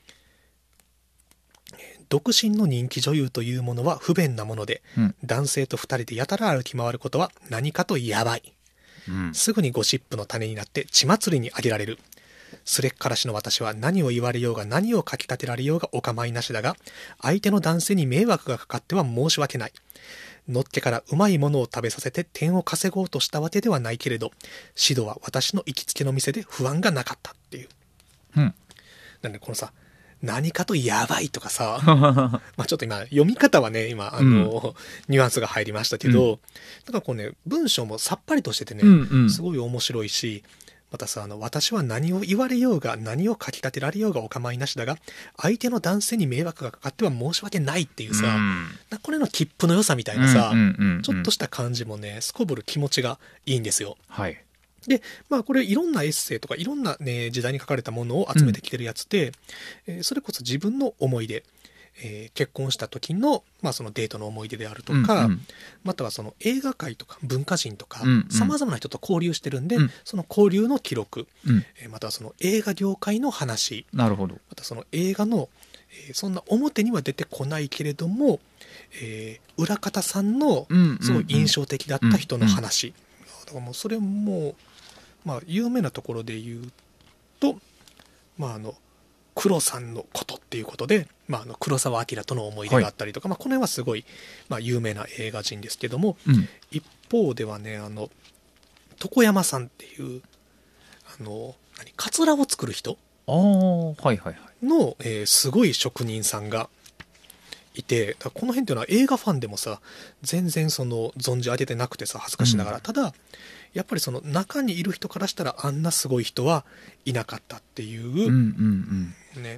独身の人気女優というものは不便なもので、男性と二人でやたら歩き回ることは何かとやばい、すぐにゴシップの種になって血祭りにあげられる。すれっからしの私は何を言われようが何をかき立てられようがお構いなしだが、相手の男性に迷惑がかかっては申し訳ない。のっけからうまいものを食べさせて点を稼ごうとしたわけではないけれど、指導は私の行きつけの店で不安がなかったっていう。なんでこのさ、何かとやばいとかさまあちょっと今読み方はねニュアンスが入りましたけど、だからこうね、文章もさっぱりとしててね、すごい面白いし、またさ、私は何を言われようが何をかき立てられようがお構いなしだが、相手の男性に迷惑がかかっては申し訳ないっていうさ、これの切符の良さみたいなさ、ちょっとした感じもね、すこぶる気持ちがいいんですよ。で、まあこれいろんなエッセイとかいろんな、ね、時代に書かれたものを集めてきてるやつで、それこそ自分の思い出、結婚した時の、まあ、そのデートの思い出であるとか、またはその映画界とか文化人とかさまざまな人と交流してるんで、その交流の記録、またはその映画業界の話、またその映画の、そんな表には出てこないけれども、裏方さんのすごい印象的だった人の話、だからもうそれも、まあ、有名なところで言うと、まあ黒さんのことっていうことで、まあ、黒澤明との思い出があったりとか、まあ、この辺はすごい、まあ、有名な映画人ですけども、一方ではね、床山さんっていうカツラを作る人の、すごい職人さんがいて、この辺っていうのは映画ファンでもさ、全然その存じ上げてなくてさ、恥ずかしながら、ただやっぱりその中にいる人からしたらあんなすごい人はいなかったっていう、ね。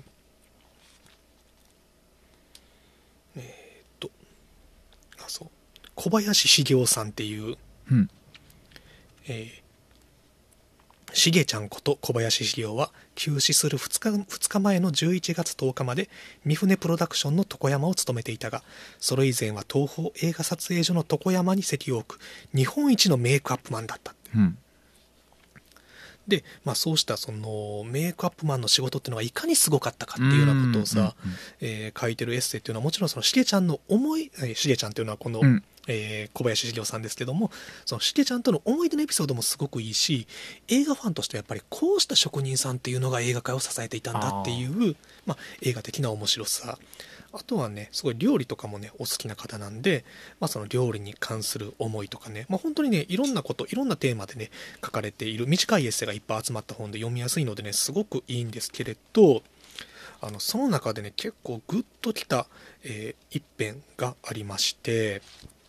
そう小林茂雄さんっていう、しげちゃんこと小林茂雄は急死する2日前の11月10日まで三船プロダクションの床山を務めていたが、それ以前は東宝映画撮影所の床山に席を置く日本一のメイクアップマンだったって、で、まあ、そうしたそのメイクアップマンの仕事っていうのがいかにすごかったかっていうようなことをさ、書いてるエッセイっていうのはもちろんそのしげちゃんの思い、しげちゃんっていうのはこの、小林茂雄さんですけども、そのしげちゃんとの思い出のエピソードもすごくいいし、映画ファンとしてやっぱりこうした職人さんっていうのが映画界を支えていたんだっていう、まあ、映画的な面白さ、あとはね、すごい料理とかもねお好きな方なんで、まあ、その料理に関する思いとかね、まあ、本当にねいろんなこといろんなテーマでね書かれている短いエッセイがいっぱい集まった本で読みやすいのでねすごくいいんですけれど、その中でね結構グッときた、一編がありまして、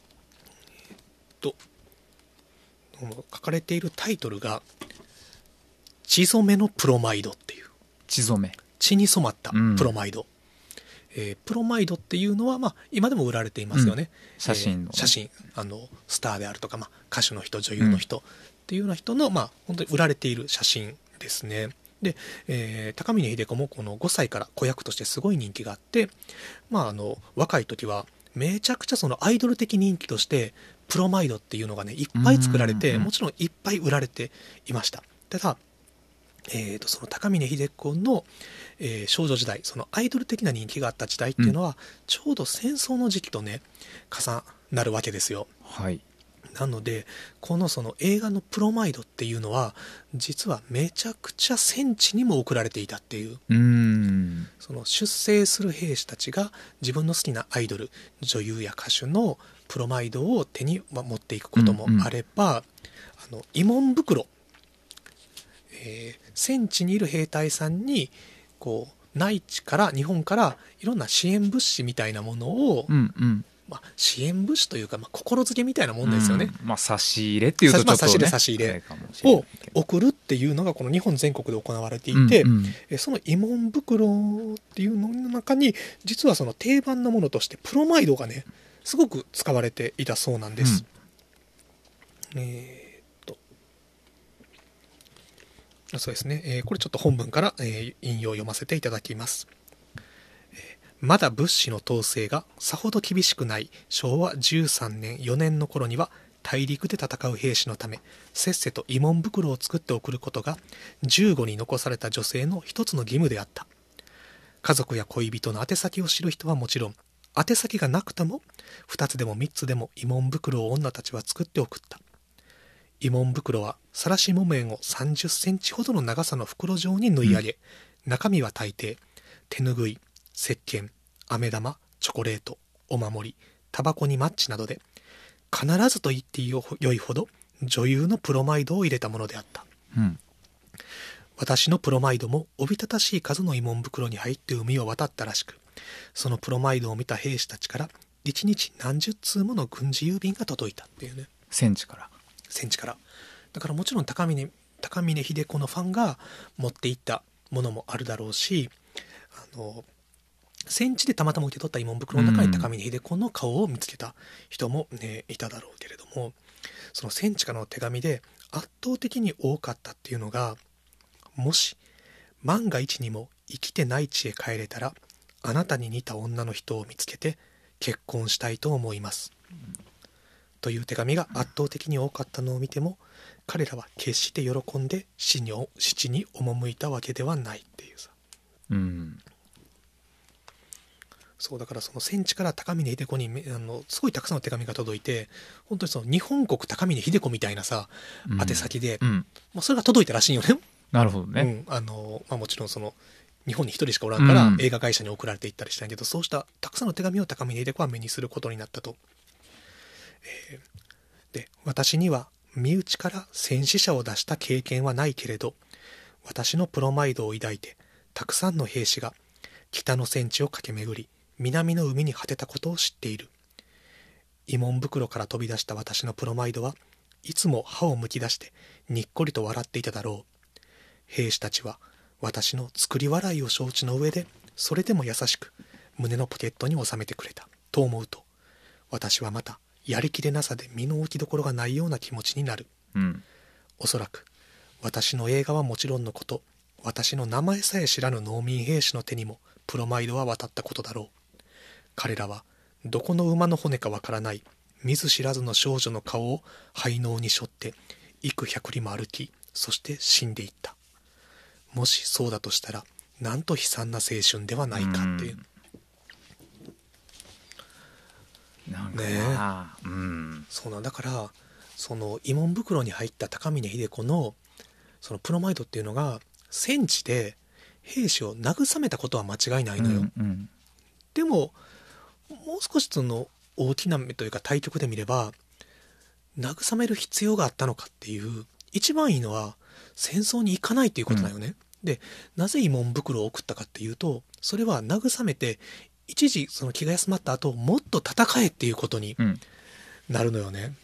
書かれているタイトルが血染めのプロマイドっていう、血に染まったプロマイド、プロマイドっていうのは、まあ、今でも売られていますよね、 写真スターであるとか、まあ、歌手の人女優の人っていうような人の、まあ、本当に売られている写真ですね。で、高峰秀子もこの5歳から子役としてすごい人気があって、まあ、若い時はめちゃくちゃそのアイドル的人気としてプロマイドっていうのがねいっぱい作られて、もちろんいっぱい売られていました。ただその高峰秀子の、少女時代、そのアイドル的な人気があった時代っていうのは、ちょうど戦争の時期とね重なるわけですよ。なのでこのその映画のプロマイドっていうのは実はめちゃくちゃ戦地にも送られていたっていう、その出征する兵士たちが自分の好きなアイドル女優や歌手のプロマイドを手に持っていくこともあれば、慰問袋、戦地にいる兵隊さんにこう内地から日本からいろんな支援物資みたいなものを、まあ、支援物資というか、まあ、心付けみたいなもんですよね、 まあ、差し入れっていうとちょっと、ね、 差し入れを送るっていうのがこの日本全国で行われていて、その慰問袋っていうのの中に実はその定番のものとしてプロマイドがねすごく使われていたそうなんです。そうですね、これちょっと本文から、引用を読ませていただきます。 まだ物資の統制がさほど厳しくない昭和13年4年の頃には、大陸で戦う兵士のためせっせと慰問袋を作って送ることが15に残された女性の一つの義務であった。家族や恋人の宛先を知る人はもちろん、宛先がなくとも2つでも3つでも慰問袋を女たちは作って送った。慰問袋はさらし木綿を30センチほどの長さの袋状に縫い上げ、中身は大抵手ぬぐい、石鹸、飴玉、チョコレート、お守り、タバコにマッチなどで、必ずと言ってよいほど女優のプロマイドを入れたものであった。私のプロマイドもおびただしい数の慰問袋に入って海を渡ったらしく、そのプロマイドを見た兵士たちから1日何十通もの軍事郵便が届いたっていうね。 戦地から。 だからもちろん高峰秀子のファンが持っていったものもあるだろうし、戦地でたまたま受け取った慰問袋の中に高峰秀子の顔を見つけた人も、いただろうけれども、その戦地からの手紙で圧倒的に多かったっていうのが、もし万が一にも生きてない地へ帰れたら、あなたに似た女の人を見つけて結婚したいと思います、という手紙が圧倒的に多かったのを見ても、彼らは決して喜んで死に赴いたわけではないっていうさ、そうだから、その戦地から高峰秀子にすごいたくさんの手紙が届いて、本当にその日本国高峰秀子みたいなさ、宛先で、それが届いたらしいよね。 なるほどね。 もちろんその日本に一人しかおらんから、映画会社に送られていったりしたんやけど、そうしたたくさんの手紙を高峰秀子は目にすることになったと。で、私には身内から戦死者を出した経験はないけれど、私のプロマイドを抱いてたくさんの兵士が北の戦地を駆け巡り、南の海に果てたことを知っている。慰問袋から飛び出した私のプロマイドはいつも歯をむき出してにっこりと笑っていただろう。兵士たちは私の作り笑いを承知の上で、それでも優しく胸のポケットに収めてくれたと思うと、私はまたやりきれなさで身の置きどころがないような気持ちになる。おそらく私の映画はもちろんのこと、私の名前さえ知らぬ農民兵士の手にもプロマイドは渡ったことだろう。彼らはどこの馬の骨かわからない見ず知らずの少女の顔を背嚢に背負って幾百里も歩き、そして死んでいった。もしそうだとしたら、なんと悲惨な青春ではないかっていう。 なんかね、そうなんだから、その慰問袋に入った高峰秀子のそのプロマイドっていうのが戦地で兵士を慰めたことは間違いないのよ。でももう少しその大きな目というか対局で見れば、慰める必要があったのかっていう、一番いいのは戦争に行かないっていうことだよね。で、なぜ慰問袋を送ったかっていうと、それは慰めて一時その気が休まった後、もっと戦えっていうことになるのよね。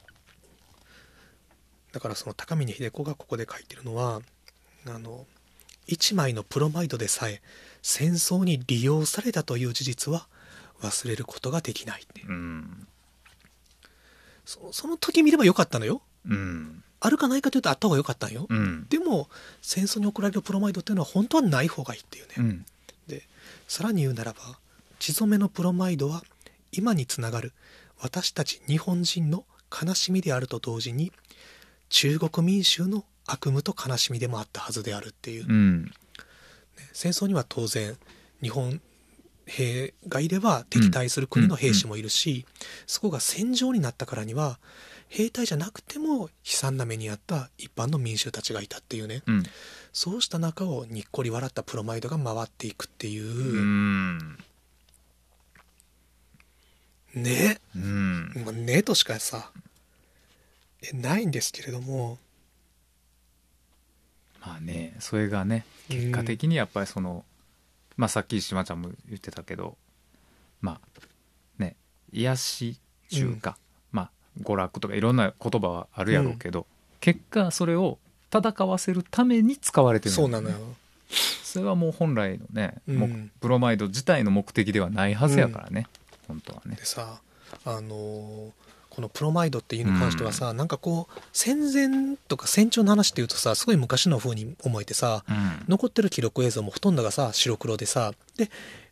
だからその高峰秀子がここで書いてるのは、一枚のプロマイドでさえ戦争に利用されたという事実は忘れることができないって、その時見ればよかったのよ。あるかないかというとあった方がよかったんよ。でも戦争に送られるプロマイドっていうのは本当はない方がいいっていうね。で、さらに言うならば、血染めのプロマイドは今につながる私たち日本人の悲しみであると同時に、中国民衆の悪夢と悲しみでもあったはずであるっていう、戦争には当然日本兵がいれば敵対する国の兵士もいるし、そこが戦場になったからには兵隊じゃなくても悲惨な目に遭った一般の民衆たちがいたっていうね、そうした中をにっこり笑ったプロマイドが回っていくっていう、ね、ねとしかさないんですけれども、 まあね、それがね結果的にやっぱりその、さっき島ちゃんも言ってたけど、ね、癒し中華、娯楽とかいろんな言葉はあるやろうけど、結果それを戦わせるために使われてるんだよね。 そうなのよ。 それはもう本来のね、プロマイド自体の目的ではないはずやからね、本当はね。 でさ、このプロマイドっていうのに関してはさ、なんかこう戦前とか戦場の話っていうとさ、すごい昔の風に思えてさ、残ってる記録映像もほとんどがさ白黒でさ、で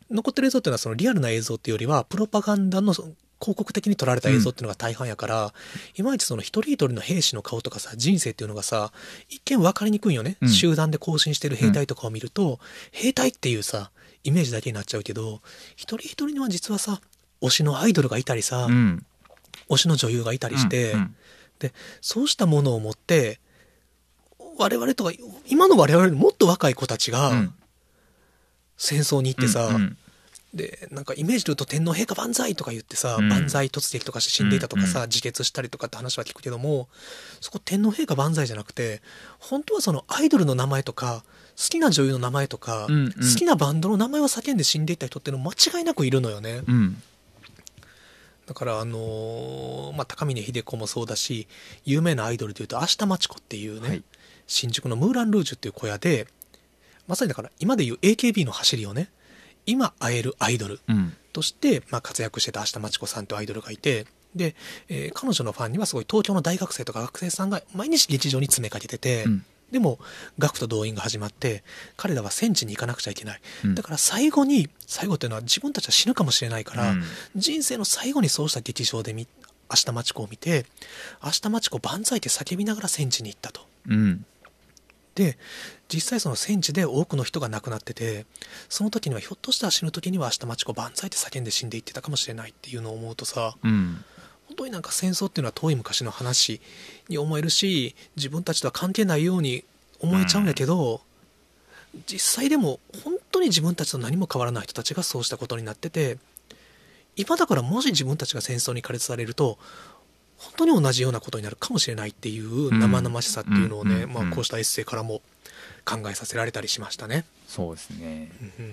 残ってる映像っていうのはそのリアルな映像っていうよりはプロパガンダの広告的に撮られた映像っていうのが大半やから、いまいちその一人一人の兵士の顔とかさ、人生っていうのがさ、一見分かりにくいよね。集団で行進してる兵隊とかを見ると、兵隊っていうさ、イメージだけになっちゃうけど、一人一人には実はさ、推しのアイドルがいたりさ、推しの女優がいたりして、で、そうしたものを持って、我々とか、今の我々よりもっと若い子たちが、戦争に行ってさ、で、なんかイメージで言うと天皇陛下万歳とか言ってさ、万歳突撃とかして死んでいたとかさ、自決したりとかって話は聞くけども、そこ天皇陛下万歳じゃなくて、本当はそのアイドルの名前とか、好きな女優の名前とか、好きなバンドの名前を叫んで死んでいった人っていうの間違いなくいるのよね。だから高峰秀子もそうだし、有名なアイドルでいうと明日真知子っていうね、新宿のムーランルージュっていう小屋で、まさにだから今でいう AKB の走りをね、今会えるアイドルとして、活躍してた明日真知子さんというアイドルがいて、で、彼女のファンにはすごい東京の大学生とか学生さんが毎日劇場に詰めかけてて、でも学徒動員が始まって彼らは戦地に行かなくちゃいけない、だから最後っていうのは自分たちは死ぬかもしれないから、人生の最後にそうした劇場で明日真知子を見て、明日真知子万歳って叫びながら戦地に行ったと、で実際その戦地で多くの人が亡くなってて、その時にはひょっとしたら死ぬ時には明日真知子万歳って叫んで死んでいってたかもしれないっていうのを思うとさ、本当になんか戦争っていうのは遠い昔の話に思えるし、自分たちとは関係ないように思えちゃうんやけど、実際でも本当に自分たちと何も変わらない人たちがそうしたことになってて、今だからもし自分たちが戦争に苛烈されると本当に同じようなことになるかもしれないっていう生々しさっていうのをね、こうしたエッセイからも考えさせられたりしましたね。 そうですね。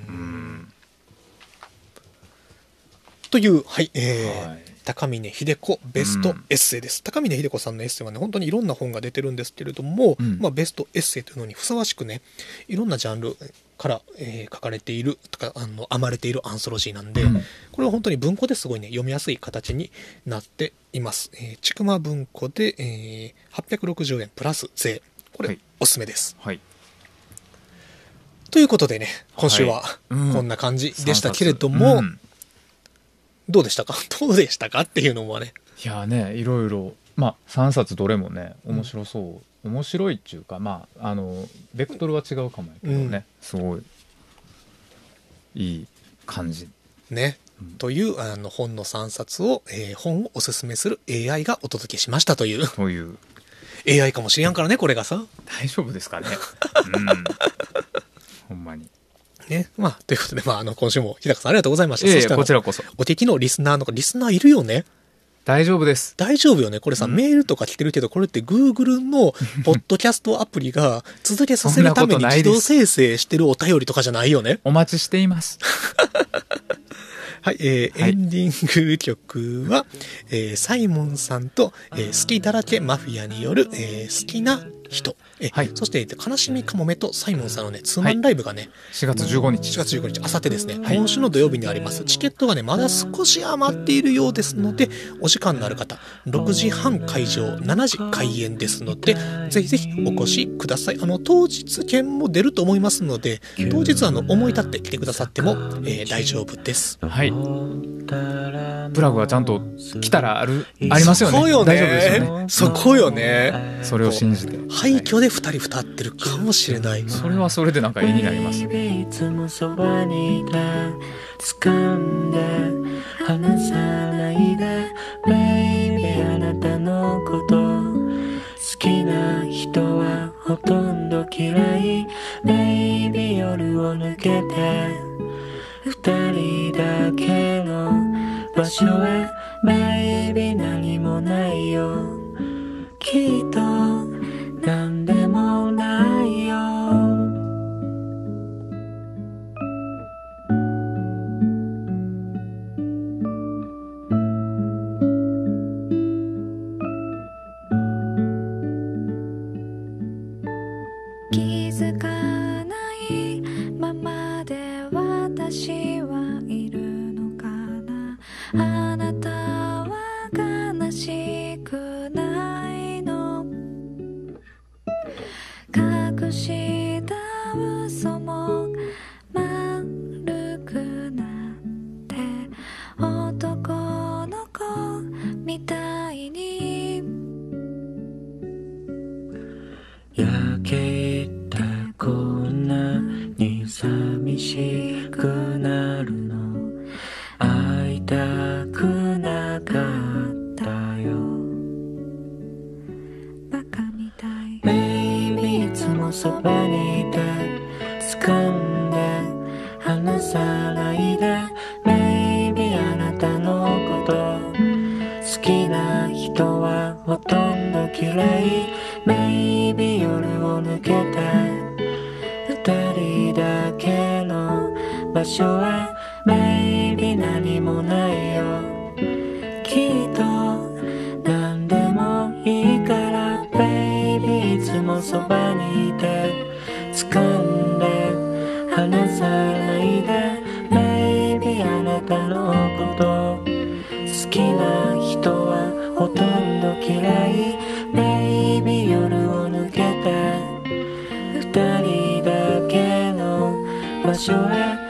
という、高峰秀子ベストエッセイです。高峰秀子さんのエッセイはね、本当にいろんな本が出てるんですけれども、ベストエッセイというのにふさわしくね、いろんなジャンルから、書かれているとか編まれているアンソロジーなんで、これは本当に文庫ですごいね読みやすい形になっています。ちくま文庫で、860円プラス税、これ、おすすめです。ということでね、今週はこんな感じでしたけれども、どうでしたかっていうのはね。 いやね、いろいろ、3冊どれもね、面白そう。面白いっていうか、ベクトルは違うかもやけどね、すごい、いい感じ。 ね。という本の3冊を、本をおすすめする AI がお届けしましたという。AI かもしれんからね、これがさ。 大丈夫ですかね。ほんまに。 ね。ということで、今週も日高さんありがとうございました。そしてこちらこそ。 お敵のリスナーいるよね。 大丈夫です。 大丈夫よね。これさ、メールとか来てるけど、これって Google のポッドキャストアプリが続けさせるために自動生成してるお便りとかじゃないよね。 お待ちしています。 はい、エンディング曲は、サイモンさんと、好きだらけマフィアによる、好きな人。そして、悲しみかもめとサイモンさんのね、ツーマンライブがね、 4月15日。 4月15日、あさってですね、今週の土曜日にあります。チケットがね、まだ少し余っているようですので、お時間のある方、6時半会場、7時開演ですので、ぜひぜひお越しください。当日券も出ると思いますので、当日思い立って来てくださっても、大丈夫です。 はい。プラグはちゃんと来たらありますよね。 そこよね。 大丈夫ですよね。 そこよね。 それを信じて。 廃墟で2人歌ってるかもしれない。 それはそれでなんか絵になりますね。 いつもそばにいた、掴んで離さないで、ベイビーあなたのこと好きな人はほとんど嫌い、ベイビー夜を抜けて二人だけの場所へ、ベイビー何もないよ、きっと何でもないよ。気づかないままで私はいるのかな、あなたは悲しくないの、 らい Maybe 夜を抜けて二人だけの場所へ Maybe 何もないよきっと何でもいいから Baby いつもそばにいて掴んで離さないで Baby あなたのこと好きな人はほとんど嫌い Baby 夜を抜けて二人だけの場所へ